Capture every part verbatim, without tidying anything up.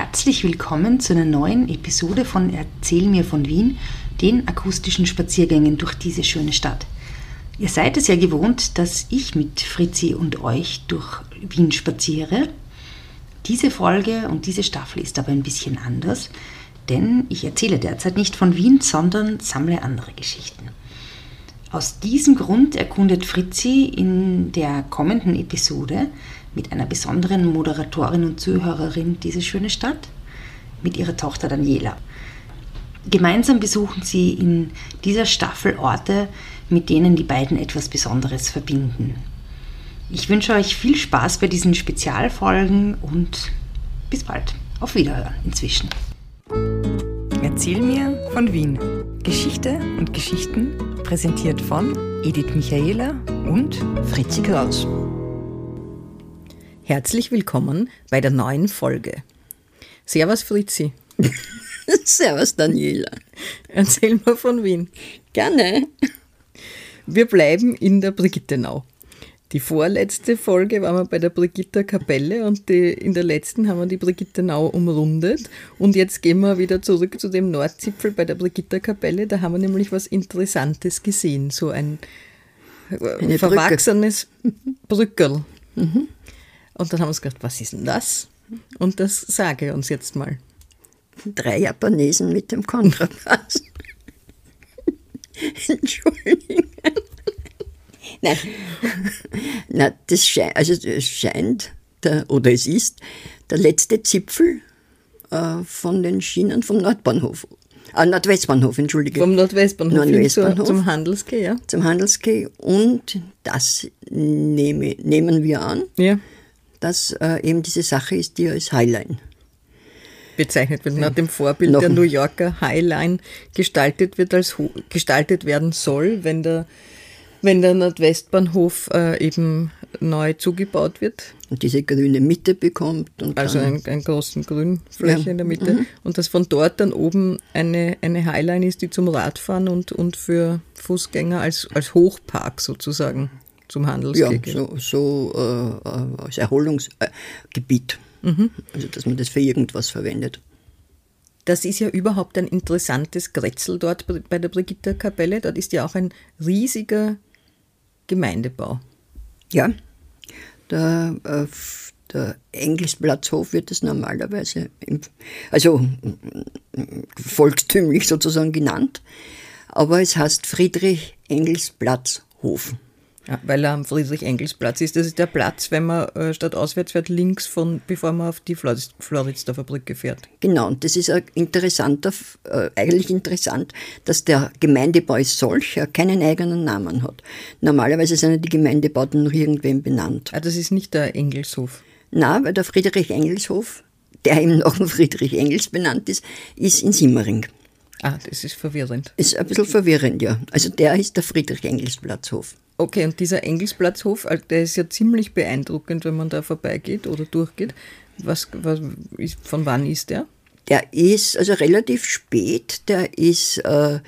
Herzlich willkommen zu einer neuen Episode von Erzähl mir von Wien, den akustischen Spaziergängen durch diese schöne Stadt. Ihr seid es ja gewohnt, dass ich mit Fritzi und euch durch Wien spaziere. Diese Folge und diese Staffel ist aber ein bisschen anders, denn ich erzähle derzeit nicht von Wien, sondern sammle andere Geschichten. Aus diesem Grund erkundet Fritzi in der kommenden Episode mit einer besonderen Moderatorin und Zuhörerin diese schöne Stadt, mit ihrer Tochter Daniela. Gemeinsam besuchen sie in dieser Staffel Orte, mit denen die beiden etwas Besonderes verbinden. Ich wünsche euch viel Spaß bei diesen Spezialfolgen und bis bald. Auf Wiederhören inzwischen. Erzähl mir von Wien. Geschichte und Geschichten präsentiert von Edith Michaela und Fritzi Kraus. Herzlich willkommen bei der neuen Folge. Servus Fritzi. Servus Daniela. Erzähl mir von Wien. Gerne. Wir bleiben in der Brigittenau. Die vorletzte Folge waren wir bei der Brigitter Kapelle und die, in der letzten haben wir die Brigittenau umrundet. Und jetzt gehen wir wieder zurück zu dem Nordzipfel bei der Brigitter Kapelle. Da haben wir nämlich was Interessantes gesehen. So ein Eine verwachsenes Brücke. Brückerl. Mhm. Und dann haben wir uns gedacht, was ist denn das? Und das sage uns jetzt mal. Drei Japanesen mit dem Kontrabass. Entschuldigung. Nein, Nein das, scheint, also das scheint, der, oder es ist, der letzte Zipfel äh, von den Schienen vom Nordbahnhof. Ah, Nordwestbahnhof, Entschuldige. Vom Nordwestbahnhof, Nordwestbahnhof zum Handelsquai, ja. Zum Handelsquai. Und das nehme, nehmen wir an, Ja. dass äh, eben diese Sache ist, die als Highline bezeichnet wird, nach dem Vorbild Noch der ein- New Yorker Highline gestaltet wird, als ho- gestaltet werden soll, wenn der, wenn der Nordwestbahnhof äh, eben neu zugebaut wird. und diese grüne Mitte bekommt. Und Also dann, ein, einen großen Grünfläche Ja. in der Mitte. Und dass von dort dann oben eine, eine Highline ist, die zum Radfahren und, und für Fußgänger als, als Hochpark sozusagen zum ja, Handelsquai geht. so, so äh, äh, als Erholungsgebiet. Mhm. Also, dass man das für irgendwas verwendet. Das ist ja überhaupt ein interessantes Grätzl dort bei der Brigitter Kapelle. Dort ist ja auch ein riesiger Gemeindebau. Ja, der, äh, f- der Engelsplatzhof wird es normalerweise, im, also mm, volkstümlich sozusagen genannt, aber es heißt Friedrich-Engels-Platzhof. Ja, weil er am Friedrich-Engels-Platz ist. Das ist der Platz, wenn man äh, statt auswärts fährt, links von, bevor man auf die Floritz- Floridsdorfer Brücke fährt. Genau, und das ist ein interessanter, äh, eigentlich interessant, dass der Gemeindebau als solcher keinen eigenen Namen hat. Normalerweise sind ja die Gemeindebauten noch irgendwem benannt. Ah, das ist nicht der Engelshof. Na, weil der Friedrich-Engels-Hof, der eben nach dem Friedrich Engels benannt ist, ist in Simmering. Ah, das ist verwirrend. Ist ein bisschen verwirrend, ja. Also der ist der Friedrich-Engels-Platzhof. Okay, und dieser Engelsplatzhof, also der ist ja ziemlich beeindruckend, wenn man da vorbeigeht oder durchgeht. Was, was ist, von wann ist der? Der ist also relativ spät, der ist äh,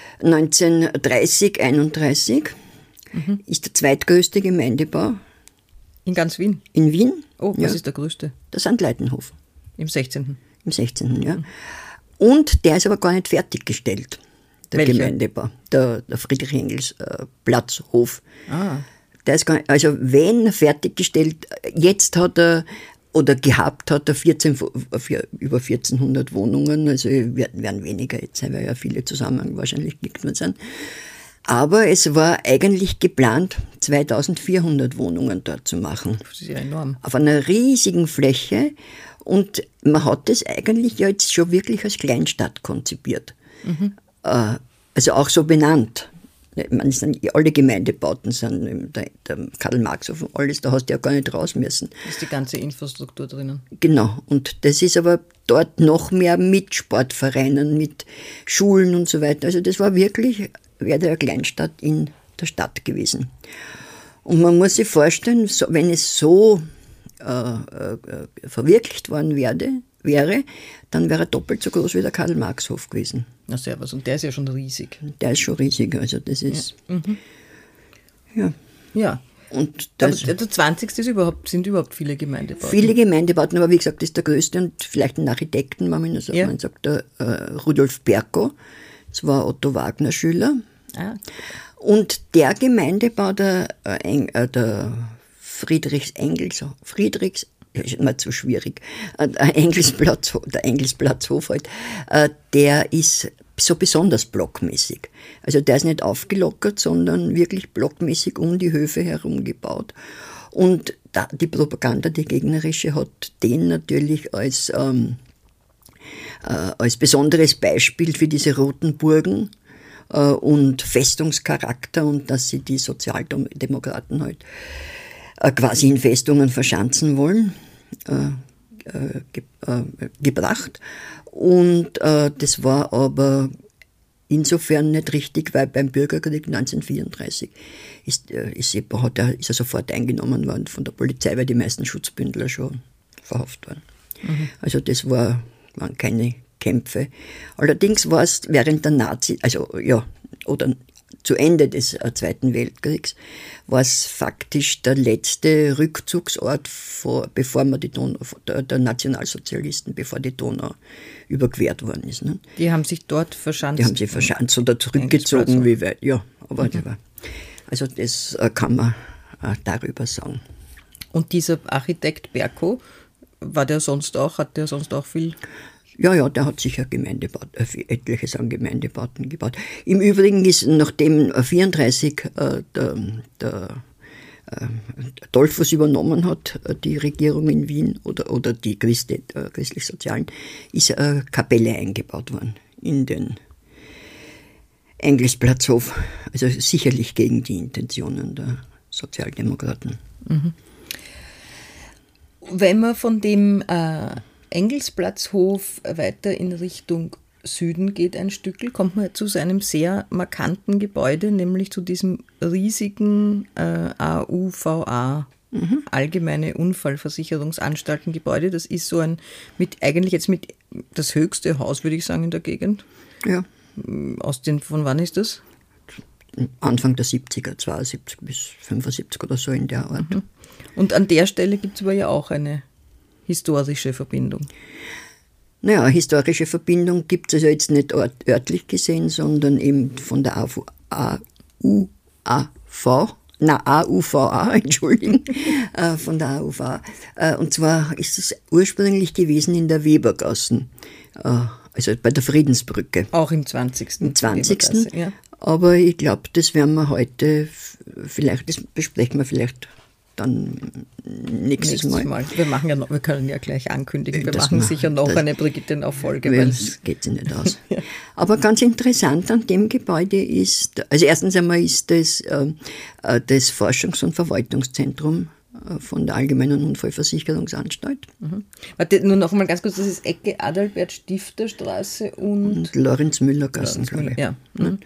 neunzehnhundertdreißig, einunddreißig, Mhm. ist der zweitgrößte Gemeindebau In ganz Wien. in Wien. Oh, was Ja. ist der größte? Der Sankt Leitenhof Im sechzehnten im sechzehnten. Ja. Und der ist aber gar nicht fertiggestellt, der Welcher? Gemeindebau, der, der Friedrich-Engels-Platzhof. Ah, Der ist gar nicht, also wenn fertiggestellt, jetzt hat er oder gehabt hat er vierzehn, über vierzehnhundert Wohnungen, also werden, werden weniger jetzt sein, weil ja viele zusammen wahrscheinlich gelegt worden sind. Aber es war eigentlich geplant, zweitausendvierhundert Wohnungen dort zu machen. das ist ja enorm. Auf einer riesigen Fläche, und man hat das eigentlich ja jetzt schon wirklich als Kleinstadt konzipiert. Äh, also auch so benannt. Man sind, alle Gemeindebauten sind, der, der Karl-Marx-Hof und alles, da hast du ja gar nicht raus müssen. Da ist die ganze Infrastruktur drinnen. Genau, und das ist aber dort noch mehr mit Sportvereinen, mit Schulen und so weiter. Also das war wirklich, wäre eine Kleinstadt in der Stadt gewesen. Und man muss sich vorstellen, so, wenn es so äh, äh, verwirklicht worden werde, wäre, dann wäre er doppelt so groß wie der Karl-Marx-Hof gewesen. Na servus, und der ist ja schon riesig. Der ist schon riesig, also das ist, Mhm. ja. Ja, Und das, aber der zwanzigste ist überhaupt, sind überhaupt viele Gemeindebauten. Viele Gemeindebauten, aber wie gesagt, das ist der größte und vielleicht ein Architekten, wenn man nur sagt, Ja. man sagt der äh, Rudolf Berko, das war Otto Wagner Schüler. Ah. Und der Gemeindebau der, äh, Eng- äh, der Friedrichs Engels, Friedrichs, das ist immer zu schwierig, äh, der Engelsplatz, der Engelsplatzhof halt, äh, der ist so besonders blockmäßig. Also der ist nicht aufgelockert, sondern wirklich blockmäßig um die Höfe herum gebaut. Und da, die Propaganda, die gegnerische, hat den natürlich als, ähm, äh, als besonderes Beispiel für diese roten Burgen äh, und Festungscharakter und dass sie die Sozialdemokraten halt äh, quasi in Festungen verschanzen wollen, äh, äh, ge äh, gebracht. Und äh, das war aber insofern nicht richtig, weil beim Bürgerkrieg neunzehnhundertvierunddreißig ist, äh, ist, hat er, ist er sofort eingenommen worden von der Polizei, weil die meisten Schutzbündler schon verhaftet waren. Mhm. Also das war, waren keine Kämpfe. Allerdings war es während der Nazi, also ja, oder zu Ende des äh, Zweiten Weltkriegs, war es faktisch der letzte Rückzugsort, vor, bevor man die Donau, der, der Nationalsozialisten, bevor die Donau überquert worden ist. Ne? Die haben sich dort verschanzt. Die haben sich verschanzt oder zurückgezogen, wie weit, ja. Aber mhm. das war, also das äh, kann man äh, darüber sagen. Und dieser Architekt Berko, war der sonst auch, hat der sonst auch viel... Ja, ja, der hat sicher Gemeindebauten, äh, etliches an Gemeindebauten gebaut. Im Übrigen ist, nachdem neunzehnhundertvierunddreißig äh, der, der äh, Dollfuss übernommen hat, äh, die Regierung in Wien oder, oder die Christi, äh, christlich-sozialen, ist eine Kapelle eingebaut worden in den Engelsplatzhof. Also sicherlich gegen die Intentionen der Sozialdemokraten. Mhm. Wenn man von dem äh Engelsplatzhof weiter in Richtung Süden geht ein Stückel, kommt man zu seinem sehr markanten Gebäude, nämlich zu diesem riesigen äh, A U V A, mhm. Allgemeine Unfallversicherungsanstalten-Gebäude. Das ist so ein, mit eigentlich jetzt mit das höchste Haus, würde ich sagen, in der Gegend. Ja. Aus den, von wann ist das? Anfang der siebziger, zweiundsiebzig bis fünfundsiebzig oder so in der Art. Mhm. Und an der Stelle gibt es aber ja auch eine historische Verbindung. Naja, eine historische Verbindung gibt es also jetzt nicht ort, örtlich gesehen, sondern eben von der A U A V, na A U V A, entschuldigen, äh, von der A U V A. Äh, und zwar ist es ursprünglich gewesen in der Webergassen, äh, also bei der Friedensbrücke. Auch im zwanzigsten Im zwanzigsten Ja. Aber ich glaube, das werden wir heute, vielleicht, das besprechen wir vielleicht dann nächstes, nächstes Mal. Mal. Wir, machen ja noch, wir können ja gleich ankündigen, wir das machen machen, sicher noch das, eine Brigitte-Nachfolge. Das geht sich nicht aus. Ja. Aber ganz interessant an dem Gebäude ist, also erstens einmal ist das äh, das Forschungs- und Verwaltungszentrum äh, von der Allgemeinen Unfallversicherungsanstalt. Mhm. Warte, nur noch mal ganz kurz, das ist Ecke Adalbert-Stifter-Straße und... Und Lorenz-Müller-Gassen, glaube ich. Ja. Mhm.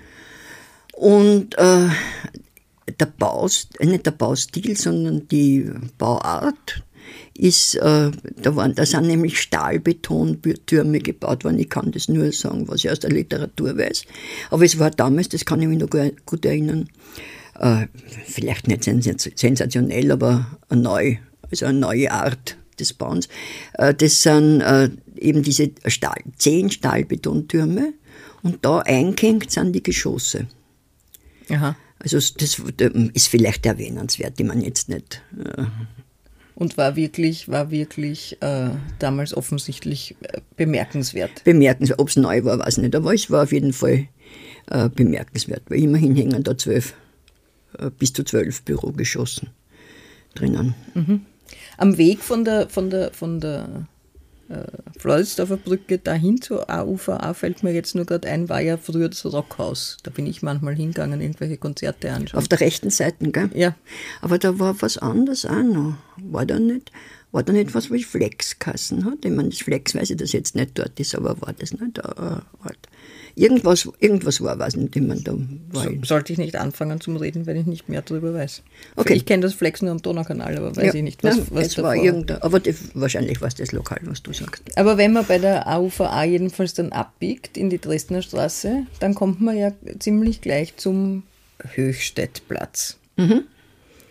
Und äh, der Baus, nicht der Baustil, sondern die Bauart ist, äh, da, waren, da sind nämlich Stahlbetontürme gebaut worden. Ich kann das nur sagen, was ich aus der Literatur weiß. Aber es war damals, das kann ich mich noch gut erinnern, äh, vielleicht nicht sensationell, aber eine neue, also eine neue Art des Bauens. Äh, das sind äh, eben diese Stahl, zehn Stahlbetontürme und da eingehängt sind die Geschosse. Aha. Also das ist vielleicht erwähnenswert, die man jetzt nicht... Äh Und war wirklich, war wirklich äh, damals offensichtlich äh, bemerkenswert. Bemerkenswert. Ob es neu war, weiß ich nicht, aber es war auf jeden Fall äh, bemerkenswert, weil immerhin hängen da zwölf, äh, bis zu zwölf Bürogeschossen drinnen. Mhm. Am Weg von der, von der, von der äh, Floridsdorfer Brücke dahin zur A U V A fällt mir jetzt nur gerade ein, war ja früher das Rockhaus. Da bin ich manchmal hingegangen, irgendwelche Konzerte anschauen. Auf der rechten Seite, gell? Ja. Aber da war was anderes auch noch. War da nicht, war da nicht was, wo ich Flexkassen hat? Ich meine, das Flex weiß ich, dass jetzt nicht dort ist, aber war das nicht da? Halt. Irgendwas, irgendwas war, weiß nicht, ich meine, da war so, ich. Sollte ich nicht anfangen zum Reden, wenn ich nicht mehr darüber weiß. Okay. Ich kenne das Flex nur am Donaukanal, aber weiß ja. ich nicht, was, ja, was das davor war irgendein, aber das, wahrscheinlich war es das Lokal, was du sagst. Aber wenn man bei der A U V A jedenfalls dann abbiegt in die Dresdner Straße, dann kommt man ja ziemlich gleich zum Höchstädtplatz. Mhm.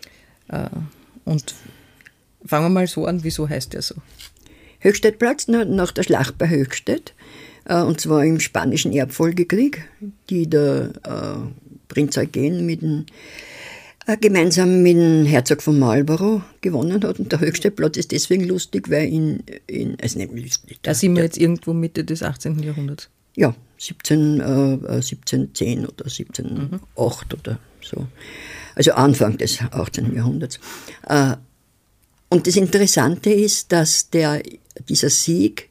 Und fangen wir mal so an, wieso heißt der so? Höchstadtplatz nach der Schlacht bei Höchstädt, und zwar im Spanischen Erbfolgekrieg, die der äh, Prinz Eugen mit dem, äh, gemeinsam mit dem Herzog von Marlborough gewonnen hat. Und der Höchstadtplatz ist deswegen lustig, weil in, in also nicht lustig. Da sind wir jetzt irgendwo Mitte des achtzehnten. Jahrhunderts. Ja, siebzehn, äh, siebzehnhundertzehn oder siebzehnhundertacht mhm. oder so. Also Anfang des achtzehnten. Jahrhunderts. Äh, und das Interessante ist, dass der, dieser Sieg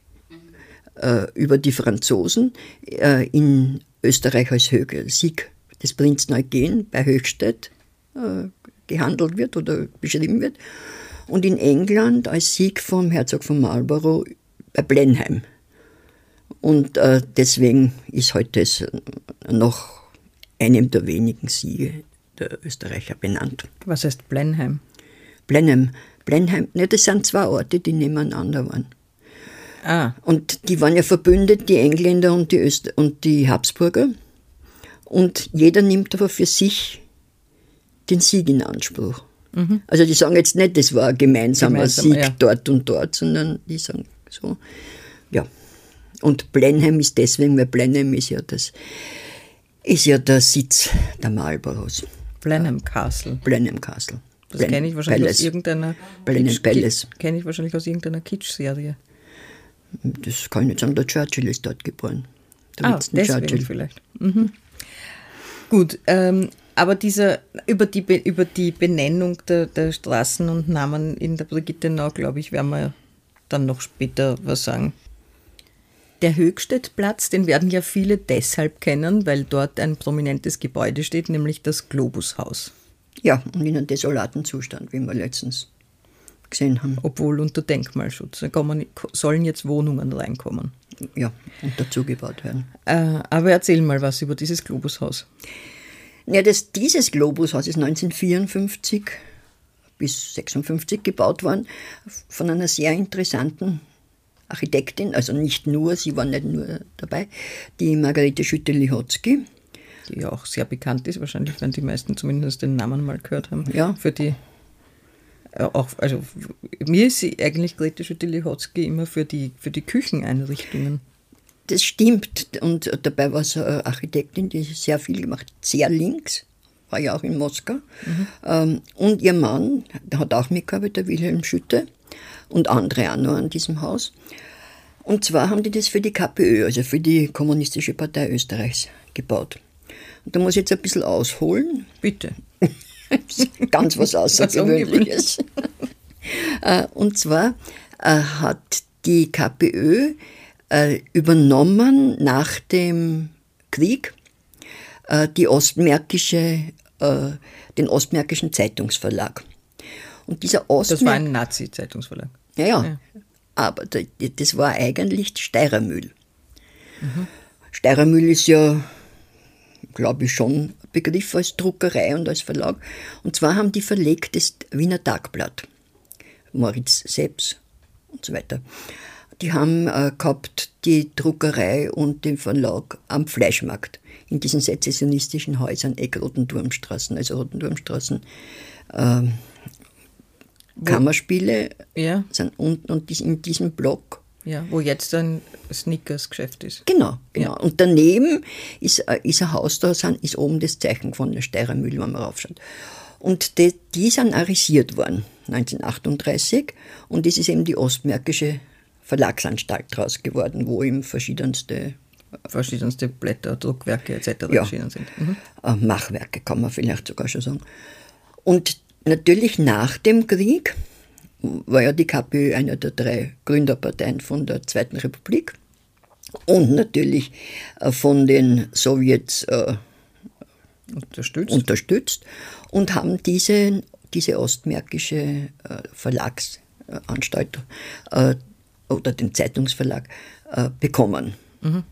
äh, über die Franzosen äh, in Österreich als Höhe, Sieg des Prinzen Eugen bei Höchstädt äh, gehandelt wird oder beschrieben wird und in England als Sieg vom Herzog von Marlborough bei Blenheim. Und äh, deswegen ist heute es noch einem der wenigen Siege der Österreicher benannt. Was heißt Blenheim? Blenheim. Blenheim, ne, das sind zwei Orte, die nebeneinander waren. Ah. Und die waren ja verbündet, die Engländer und die, Öst- und die Habsburger. Und jeder nimmt aber für sich den Sieg in Anspruch. Mhm. Also die sagen jetzt nicht, das war ein gemeinsamer Gemeinsam, Sieg ja. dort und dort, sondern die sagen so, ja. Und Blenheim ist deswegen, weil Blenheim ist ja, das, ist ja der Sitz der Marlboroughs. Blenheim Castle. Blenheim Castle. Das kenne ich wahrscheinlich Palace. aus irgendeiner Blenheim Palace. Kenne ich wahrscheinlich aus irgendeiner Kitsch-Serie. Das kann ich nicht sagen, der Churchill ist dort geboren. Der ah, Winston deswegen Churchill. vielleicht. Mhm. Gut, ähm, aber dieser, über, die, über die Benennung der, der Straßen und Namen in der Brigittenau, glaube ich, werden wir dann noch später was sagen. Der Höchstadtplatz, den werden ja viele deshalb kennen, weil dort ein prominentes Gebäude steht, nämlich das Globushaus. Ja, und in einem desolaten Zustand, wie wir letztens gesehen haben. Obwohl unter Denkmalschutz. Da kommen, sollen jetzt Wohnungen reinkommen. Ja, und dazugebaut werden. Äh, aber erzähl mal was über dieses Globushaus. Ja, das, dieses Globushaus ist neunzehnhundertvierundfünfzig bis sechsundfünfzig gebaut worden von einer sehr interessanten Architektin, also nicht nur, sie war nicht nur dabei, die Margarete Schütte-Lihotzky. Die ja auch sehr bekannt ist, wahrscheinlich werden die meisten zumindest den Namen mal gehört haben. Ja. Für die, äh, auch, also mir ist sie eigentlich Grete Schütte-Lihotzky immer für die, für die Kücheneinrichtungen. Das stimmt, und dabei war sie eine Architektin, die sehr viel gemacht hat, sehr links, war ja auch in Moskau. Mhm. Ähm, und ihr Mann, der hat auch mitgearbeitet, der Wilhelm Schütte, und andere auch noch an diesem Haus. Und zwar haben die das für die K P Ö, also für die Kommunistische Partei Österreichs, gebaut. Und da muss ich jetzt ein bisschen ausholen. Bitte. Ganz was Außergewöhnliches. Und zwar hat die K P Ö übernommen nach dem Krieg die ostmärkische, den ostmärkischen Zeitungsverlag. Und dieser Ostmärk- das war ein Nazi-Zeitungsverlag. Ja, ja, ja. Aber das war eigentlich Steirermühl. Mhm. Steirermühl ist ja, glaube ich, schon ein Begriff als Druckerei und als Verlag. Und zwar haben die verlegt das Wiener Tagblatt, Moritz Seps und so weiter. Die haben äh, gehabt die Druckerei und den Verlag am Fleischmarkt in diesen sezessionistischen Häusern, Eck Rotenturmstraßen, also Rotenturmstraßen, äh, Kammerspiele ja. sind unten und in diesem Block. Ja, wo jetzt ein Snickers-Geschäft ist. Genau, genau. Ja. Und daneben ist, ist ein Haus, da ist oben das Zeichen von der Steirermühl, wenn man raufschaut. Und die, die sind arisiert worden, neunzehnhundertachtunddreißig. Und das ist eben die Ostmärkische Verlagsanstalt draus geworden, wo eben verschiedenste... Verschiedenste Blätter, Druckwerke et cetera ja, erschienen sind. Mhm. Machwerke kann man vielleicht sogar schon sagen. Und natürlich nach dem Krieg war ja die K P Ö eine der drei Gründerparteien von der Zweiten Republik und natürlich von den Sowjets äh, unterstützt. unterstützt und haben diese, diese ostmärkische äh, Verlagsanstalt äh, oder den Zeitungsverlag äh, bekommen. Mhm.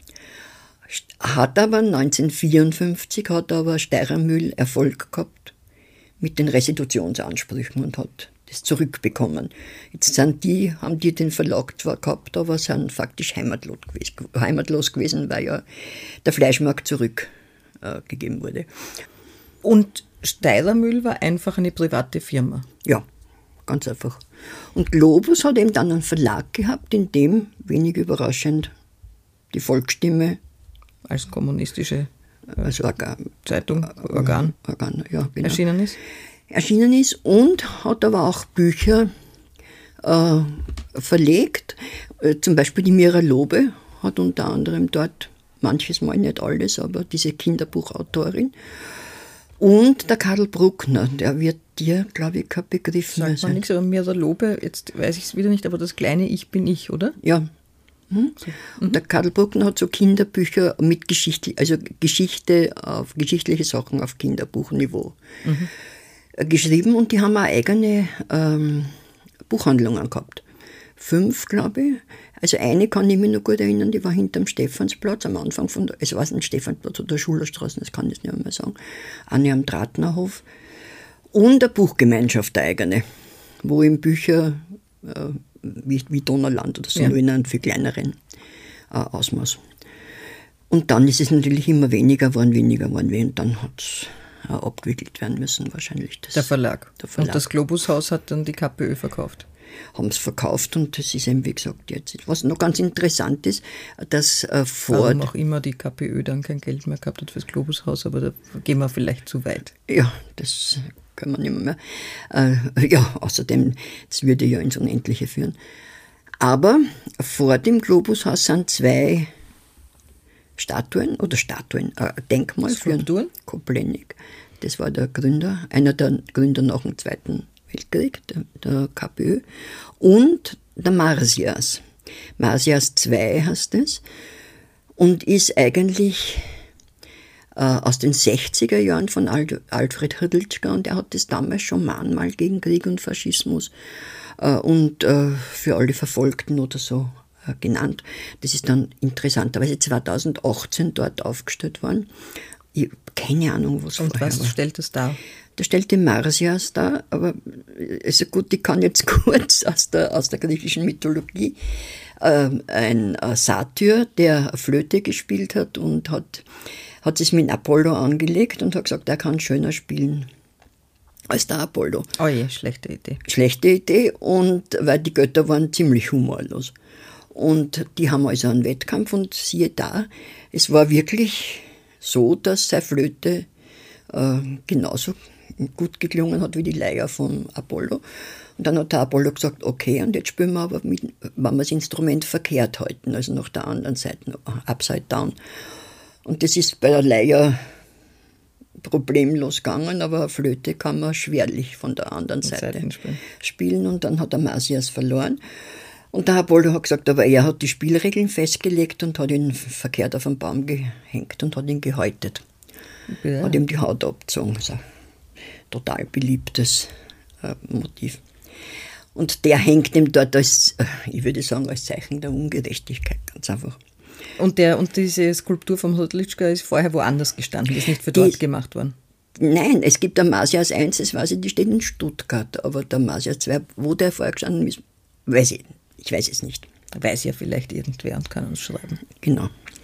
Hat aber neunzehnhundertvierundfünfzig hat aber Steirermühl Erfolg gehabt mit den Restitutionsansprüchen und hat das zurückbekommen. Jetzt sind die, haben die den Verlag zwar gehabt, aber sind faktisch heimatlos gewesen, heimatlos gewesen weil ja der Fleischmarkt zurückgegeben äh, wurde. Und Steirermühl war einfach eine private Firma. Ja, ganz einfach. Und Globus hat eben dann einen Verlag gehabt, in dem, wenig überraschend, die Volksstimme als kommunistische äh, also Organ, Zeitung, Organ, Organ ja, genau, erschienen ist. Erschienen ist und hat aber auch Bücher äh, verlegt. Äh, zum Beispiel die Mira Lobe hat unter anderem dort, manches Mal nicht alles, aber diese Kinderbuchautorin. Und der Karl Bruckner, der wird dir, glaube ich, kein Begriff mehr sein. Sagt man nichts, aber Mira Lobe, jetzt weiß ich es wieder nicht, aber das kleine Ich bin ich, oder? Ja. Hm? Und mhm. der Karl Bruckner hat so Kinderbücher mit Geschichte, also Geschichte auf geschichtliche Sachen auf Kinderbuchniveau mhm. geschrieben und die haben auch eigene ähm, Buchhandlungen gehabt. Fünf, glaube ich. Also eine kann ich mich noch gut erinnern, die war hinterm Stephansplatz, am Anfang von der, es war nicht Stephansplatz oder Schullerstraße, das kann ich nicht mehr sagen. Eine am Dratnerhof. Und eine Buchgemeinschaft, eine eigene, wo eben Bücher äh, wie, wie Donauland oder so, ja. nur in einem viel kleineren äh, Ausmaß. Und dann ist es natürlich immer weniger geworden, weniger geworden, und dann hat es äh, abgewickelt werden müssen wahrscheinlich. Das, der, Verlag. der Verlag. Und das Globushaus hat dann die KPÖ verkauft. Haben es verkauft und das ist eben, wie gesagt, jetzt. Was noch ganz interessant ist, dass äh, vor... Warum auch immer die KPÖ dann kein Geld mehr gehabt hat fürs Globushaus, aber da gehen wir vielleicht zu weit. Ja, das können wir nicht mehr. Äh, ja, außerdem, das würde ja ins Unendliche führen. Aber vor dem Globushaus sind zwei Statuen oder Statuen, äh, Denkmal Skulpturen? Für Koplennik. Das war der Gründer, einer der Gründer nach dem Zweiten Weltkrieg, der, der KPÖ, und der Marsyas. Marsyas zwei heißt es und ist eigentlich äh, aus den sechziger Jahren von Al- Alfred Hrdlicka und er hat das damals schon Mahnmal gegen Krieg und Faschismus äh, und äh, für alle Verfolgten oder so äh, genannt. Das ist dann interessanterweise zweitausendachtzehn dort aufgestellt worden. Ich habe keine Ahnung, was und vorher was war. stellt das dar? Der stellt den Marsyas dar, aber also gut, ich kann jetzt kurz aus der, aus der griechischen Mythologie äh, ein äh, Satyr, der Flöte gespielt hat und hat, hat es mit Apollo angelegt und hat gesagt, er kann schöner spielen als der Apollo. Oh je, schlechte Idee. Schlechte Idee, und weil die Götter waren ziemlich humorlos. Und die haben also einen Wettkampf und siehe da, es war wirklich so, dass seine Flöte äh, genauso gut geklungen hat wie die Leier von Apollo. Und dann hat der Apollo gesagt, okay, und jetzt spielen wir aber, mit, wenn wir das Instrument verkehrt halten, also nach der anderen Seite, upside down. Und das ist bei der Leier problemlos gegangen, aber eine Flöte kann man schwerlich von der anderen Seite spielen. spielen. Und dann hat der Marsyas verloren. Und der Apollo hat gesagt, aber er hat die Spielregeln festgelegt und hat ihn verkehrt auf den Baum gehängt und hat ihn gehäutet. Ja. Hat ihm die Haut abgezogen. Also total beliebtes äh, Motiv. Und der hängt ihm dort als, äh, ich würde sagen, als Zeichen der Ungerechtigkeit, ganz einfach. Und, der, und diese Skulptur vom Hrdlicka ist vorher woanders gestanden, die ist nicht für dort die, gemacht worden? Nein, es gibt der Marsyas eins, das weiß ich, die steht in Stuttgart, aber der Marsyas zwei, wo der vorher gestanden ist, weiß ich, ich weiß es nicht. Weiß ja vielleicht irgendwer und kann uns schreiben. Genau.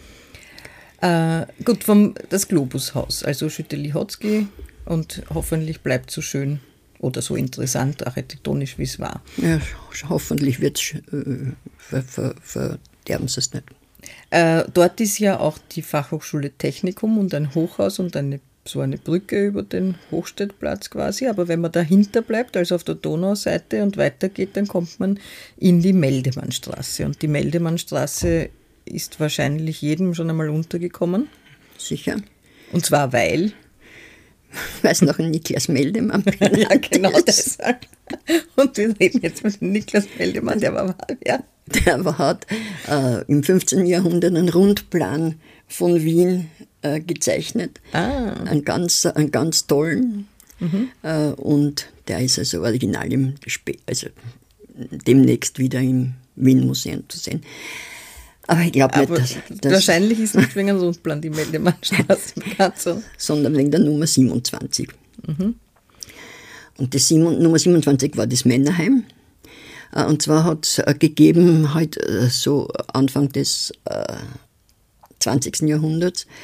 Äh, gut, vom, das Globushaus, also Schütte-Lihotzky, und hoffentlich bleibt so schön oder so interessant architektonisch, wie es war. Ja, hoffentlich wird es äh, ver, ver, verderben sie es nicht. Äh, dort ist ja auch die Fachhochschule Technikum und ein Hochhaus und eine, so eine Brücke über den Hochstädtplatz quasi. Aber wenn man dahinter bleibt, also auf der Donauseite und weitergeht, dann kommt man in die Meldemannstraße. Und die Meldemannstraße ist wahrscheinlich jedem schon einmal untergekommen. Sicher. Und zwar weil... Weil es noch ein Niklas Meldemann benannt ja, genau deshalb. Und wir reden jetzt mit dem Niklas Meldemann, der war, ja. Der war, hat äh, im fünfzehnten Jahrhundert einen Rundplan von Wien äh, gezeichnet. Ah. Einen ganz, einen ganz tollen. Mhm. Äh, und der ist also original im, also demnächst wieder im Wien-Museum zu sehen. Aber ich glaube nicht, dass, dass... Wahrscheinlich ist nicht wegen einem Rundplan die Meldemannstraße bekannt, so. Sondern wegen der Nummer siebenundzwanzig. Mhm. Und das Simon, Nummer siebenundzwanzig war das Männerheim. Und zwar hat es gegeben, halt so Anfang des äh, zwanzigsten Jahrhunderts,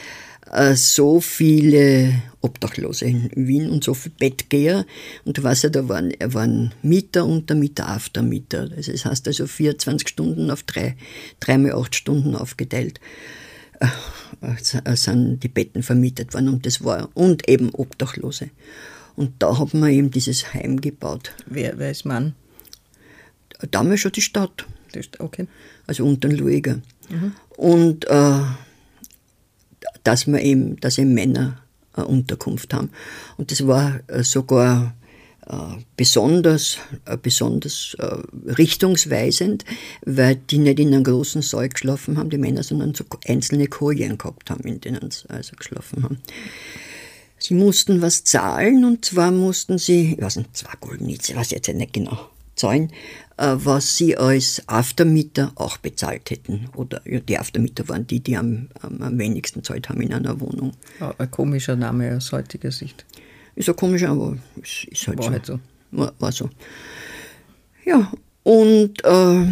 äh, so viele Obdachlose in Wien und so viele Bettgeher. Und du weißt ja, da waren, waren Mieter, Untermieter, Aftermieter. Das heißt also vierundzwanzig Stunden auf drei, dreimal acht Stunden aufgeteilt, äh, sind die Betten vermietet worden. Und das war, und eben Obdachlose. Und da hat man eben dieses Heim gebaut. Wer, wer ist Mann? Damals schon die Stadt. Okay. Also unter den Lueger. Mhm. Und äh, dass wir eben, dass eben Männer eine Unterkunft haben. Und das war äh, sogar äh, besonders, äh, besonders äh, richtungsweisend, weil die nicht in einem großen Saal geschlafen haben, die Männer, sondern so einzelne Kojen gehabt haben, in denen sie also geschlafen haben. Sie mussten was zahlen, und zwar mussten sie, ich weiß nicht, zwei Goldnitz, ich weiß jetzt nicht genau, zahlen, äh, was sie als Aftermieter auch bezahlt hätten. Oder ja, die Aftermieter waren die, die am, am, am wenigsten zahlt haben in einer Wohnung. Ja, ein komischer Name aus heutiger Sicht. Ist ja komisch, aber es ist halt war so. Halt so. War, war so. Ja, und äh,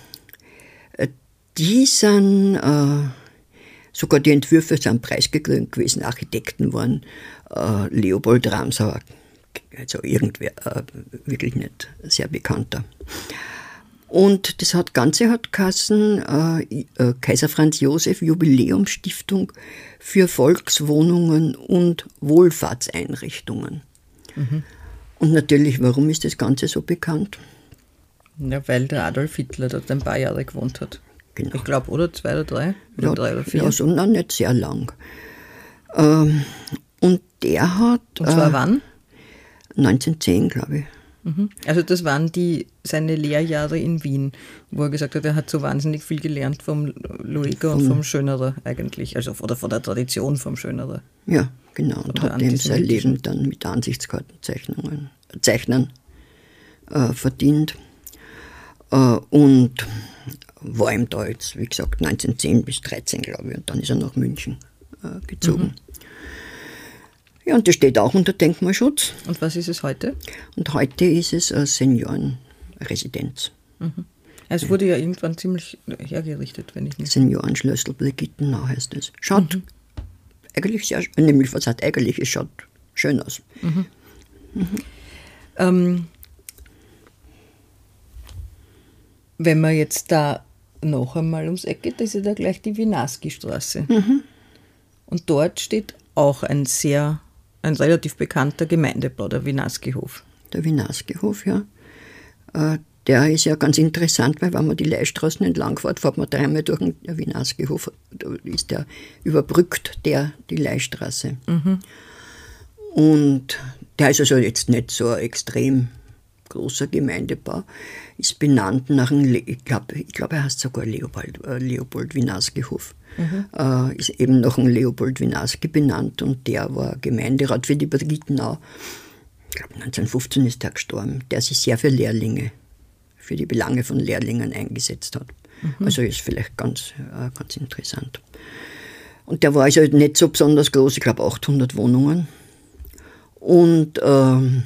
die sind, äh, sogar die Entwürfe sind preisgekrönt gewesen, Architekten waren äh, Leopold Ramsauer, also irgendwer, äh, wirklich nicht sehr bekannter. Und das hat, Ganze hat geheißen, äh, äh, Kaiser Franz Josef Jubiläumsstiftung für Volkswohnungen und Wohlfahrtseinrichtungen. Mhm. Und natürlich, warum ist das Ganze so bekannt? Ja, weil der Adolf Hitler dort ein paar Jahre gewohnt hat. Genau. Ich glaube, oder zwei oder drei? Oder ja, drei oder vier? Ja, so noch nicht sehr lang. Ähm, und der hat... Und zwar äh, wann? neunzehnhundertzehn, glaube ich. Mhm. Also das waren die seine Lehrjahre in Wien, wo er gesagt hat, er hat so wahnsinnig viel gelernt vom Lueger und vom Schönerer eigentlich, also oder von der Tradition vom Schönerer. Ja, genau. Und hat dem sein Leben dann mit Ansichtskartenzeichnungen Zeichnen äh, verdient. Äh, und war ihm da jetzt, wie gesagt, neunzehnhundertzehn bis dreizehn, glaube ich, und dann ist er nach München äh, gezogen. Mhm. Ja, und das steht auch unter Denkmalschutz. Und was ist es heute? Und heute ist es eine Seniorenresidenz. Mhm. Es wurde ja irgendwann ziemlich hergerichtet, wenn ich nicht... Seniorenschlössl Brigittenau heißt es. Schaut mhm. eigentlich sehr, nämlich was hat eigentlich, es schaut schön aus. Mhm. Mhm. Ähm, wenn man jetzt da noch einmal ums Eck geht, ist ja da gleich die Winaski-Straße. Mhm. Und dort steht auch ein sehr, ein relativ bekannter Gemeindebau, der Winaski-Hof. Der Winaski-Hof, ja. Äh, der ist ja ganz interessant, weil wenn man die Leihstraßen entlang fährt, fährt man dreimal durch den Winaski-Hof, da ist der, überbrückt der die Leihstraße. Mhm. Und der ist also jetzt nicht so ein extrem großer Gemeindebau, ist benannt nach einem, ich glaube, ich glaub, er heißt sogar Leopold, äh, Leopold Winaski-Hof. Mhm. Äh, ist eben nach einem Leopold Winaski benannt, und der war Gemeinderat für die Brigittenau. Ich glaube, neunzehnhundertfünfzehn ist er gestorben, der sich sehr für Lehrlinge, für die Belange von Lehrlingen eingesetzt hat. Mhm. Also ist vielleicht ganz, äh, ganz interessant. Und der war also nicht so besonders groß, ich glaube achthundert Wohnungen. Und ähm,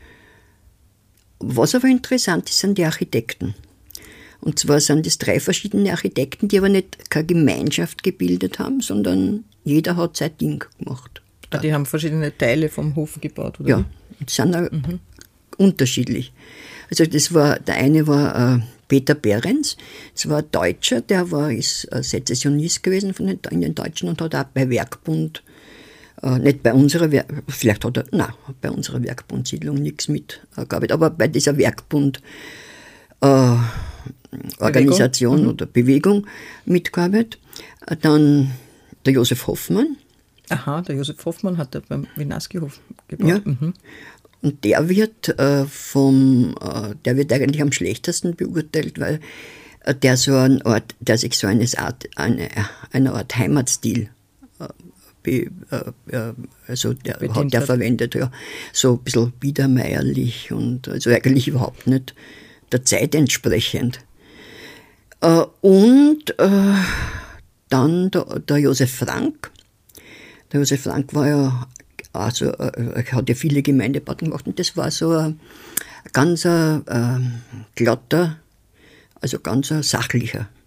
was aber interessant ist, sind die Architekten. Und zwar sind das drei verschiedene Architekten, die aber nicht keine Gemeinschaft gebildet haben, sondern jeder hat sein Ding gemacht. Ah, die haben verschiedene Teile vom Hof gebaut, oder? Ja, die sind auch mhm. unterschiedlich. Also das war, der eine war äh, Peter Behrens, das war ein Deutscher, der war, ist äh, Sezessionist gewesen von den, in den Deutschen und hat auch bei Werkbund, äh, nicht bei unserer, Wer- vielleicht hat er, nein, bei unserer Werkbundsiedlung nichts mitgearbeitet, aber bei dieser Werkbund äh, Organisation Bewegung. oder Bewegung mitgearbeitet. Dann der Josef Hoffmann. Aha, der Josef Hoffmann hat er beim Winaski-Hof gebaut. Ja. Mhm. Und der wird äh, vom, äh, der wird eigentlich am schlechtesten beurteilt, weil äh, der so eine Art, der sich so eine Art, eine, eine Art Heimatstil äh, be, äh, also der Bedient hat der hat. verwendet, ja, so ein bisschen biedermeierlich und also eigentlich überhaupt nicht der Zeit entsprechend. Äh, und äh, dann der, der Josef Frank. Der Josef Frank war ja, also er hat ja viele Gemeindebauten gemacht und das war so ein ganz äh, glatter, also ganz ein sachlicher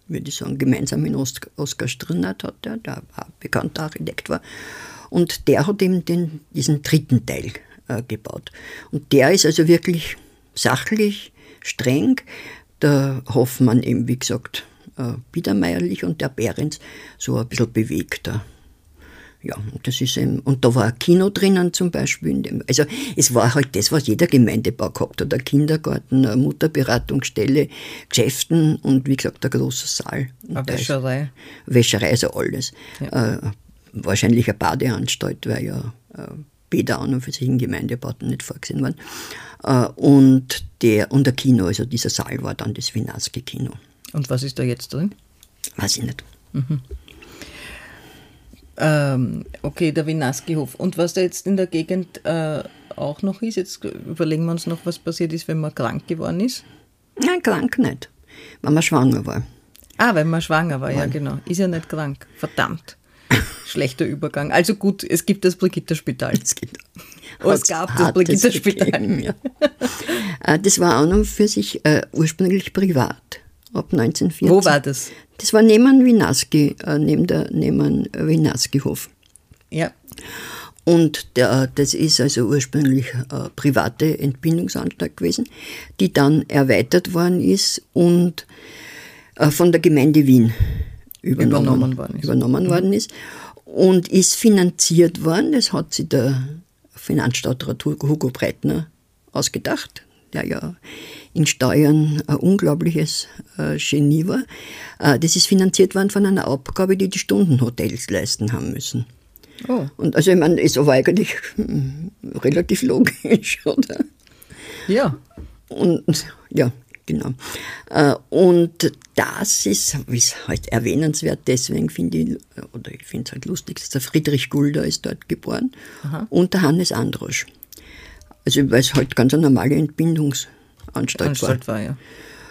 würde ich sagen, gemeinsam mit Oskar, Oskar Strinnert hat der, der ein bekannter Architekt war. Und der hat eben den, diesen dritten Teil äh, gebaut. Und der ist also wirklich sachlich, streng. Der Hoffmann eben, wie gesagt, äh, biedermeierlich und der Behrens so ein bisschen bewegter. Ja, und das ist eben, und da war ein Kino drinnen zum Beispiel. In dem, also es war halt das, was jeder Gemeindebau gehabt hat. Ein Kindergarten, eine Mutterberatungsstelle, Geschäften und wie gesagt, ein großer Saal. Eine Wäscherei. Wäscherei, also alles. Ja. Äh, wahrscheinlich eine Badeanstalt, weil ja äh, Bäder an und für sich in Gemeindebauten nicht vorgesehen waren. Äh, und, der, und der Kino, also dieser Saal war dann das Winaski-Kino. Und was ist da jetzt drin? Weiß ich nicht. Mhm. Ähm, okay, der Winaski-Hof. Und was da jetzt in der Gegend äh, auch noch ist, jetzt überlegen wir uns noch, was passiert ist, wenn man krank geworden ist. Nein, krank nicht. Wenn man schwanger war. Ah, wenn man schwanger war, ja, ja genau. Ist ja nicht krank. Verdammt. Schlechter Übergang. Also gut, es gibt das Brigitta-Spital. Es, gibt, oh, es gab das Brigitta-Spital. Ja. Das war auch noch für sich äh, ursprünglich privat, ab neunzehnhundertvierzehn. Wo war das? Das war neben Winaski, äh, neben der neben Winaski-Hof. Ja. Und der, das ist also ursprünglich eine private Entbindungsanstalt gewesen, die dann erweitert worden ist und äh, von der Gemeinde Wien übernommen, übernommen worden ist. Übernommen worden ist. Und ist finanziert worden, das hat sich der Finanzstadtrat Hugo Breitner ausgedacht, der ja in Steuern ein unglaubliches äh, Genie war. Äh, das ist finanziert worden von einer Abgabe, die die Stundenhotels leisten haben müssen. Oh. Und also ich meine, ist aber eigentlich hm, relativ logisch, oder? Ja. Und ja, genau. Äh, und das ist, ist halt erwähnenswert, deswegen finde ich, oder ich finde es halt lustig, dass der Friedrich Gulda ist dort geboren. Aha. Und der Hannes Androsch. Also weil es halt ganz eine normale Entbindungsanstalt Anstalt war. war ja.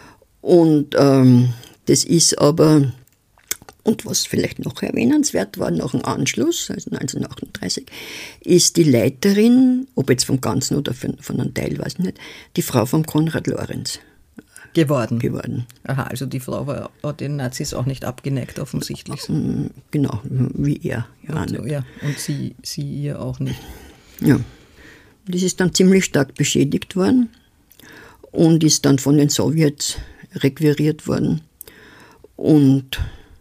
Und ähm, das ist aber, und was vielleicht noch erwähnenswert war, nach dem Anschluss, also neunzehnhundertachtunddreißig, ist die Leiterin, ob jetzt vom Ganzen oder von, von einem Teil, weiß ich nicht, die Frau von Konrad Lorenz. Geworden. geworden. Aha, also die Frau war den Nazis auch nicht abgeneigt, offensichtlich. Genau, wie er. Ja, und, so, ja. Und sie, sie ihr auch nicht. Ja. Das ist dann ziemlich stark beschädigt worden und ist dann von den Sowjets requiriert worden und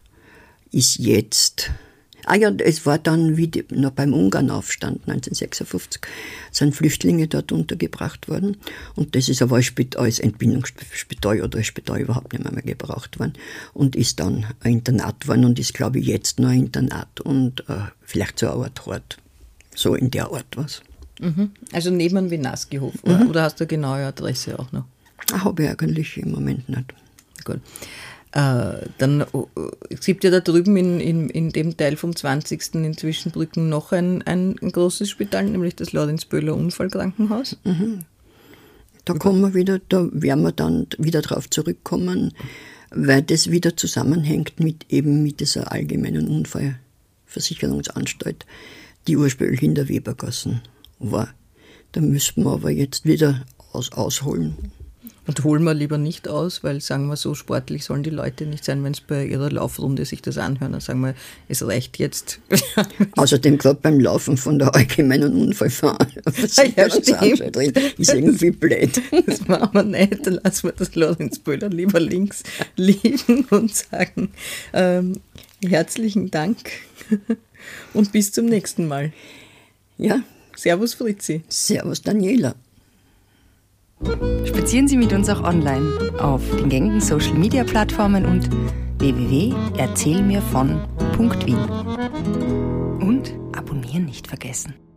ist jetzt... Ah ja, es war dann wie die, noch beim Ungarnaufstand neunzehnhundertsechsundfünfzig, sind Flüchtlinge dort untergebracht worden und das ist aber als, Spital, als Entbindungsspital oder als Spital überhaupt nicht mehr, mehr gebraucht worden und ist dann ein Internat worden und ist, glaube ich, jetzt noch ein Internat und äh, vielleicht so eine Art Hort, so in der Art was. Mhm. Also neben dem Winaski-Hof, oder? Mhm. Oder hast du eine genaue Adresse auch noch? Habe ich eigentlich im Moment nicht. Gut. Äh, dann uh, es gibt ja da drüben in, in, in dem Teil vom zwanzigsten in Zwischenbrücken noch ein, ein, ein großes Spital, nämlich das Lorenz-Böhler Unfallkrankenhaus. Mhm. Da kommen wir wieder, da werden wir dann wieder drauf zurückkommen, weil das wieder zusammenhängt mit eben mit dieser allgemeinen Unfallversicherungsanstalt, die ursprünglich in der Webergassen war. Da müssten wir aber jetzt wieder aus, ausholen. Und holen wir lieber nicht aus, weil, sagen wir so, sportlich sollen die Leute nicht sein, wenn sie bei ihrer Laufrunde sich das anhören. Dann sagen wir, es reicht jetzt. Außerdem gerade beim Laufen von der allgemeinen Unfallversicherungsanstalt ja, ist irgendwie blöd. Das machen wir nicht, dann lassen wir das Lorenz-Böhler lieber links liegen und sagen, ähm, herzlichen Dank und bis zum nächsten Mal. Ja. Servus Fritzi. Servus Daniela. Spazieren Sie mit uns auch online auf den gängigen Social-Media-Plattformen und w w w punkt erzählmirvon punkt wien. Und abonnieren nicht vergessen.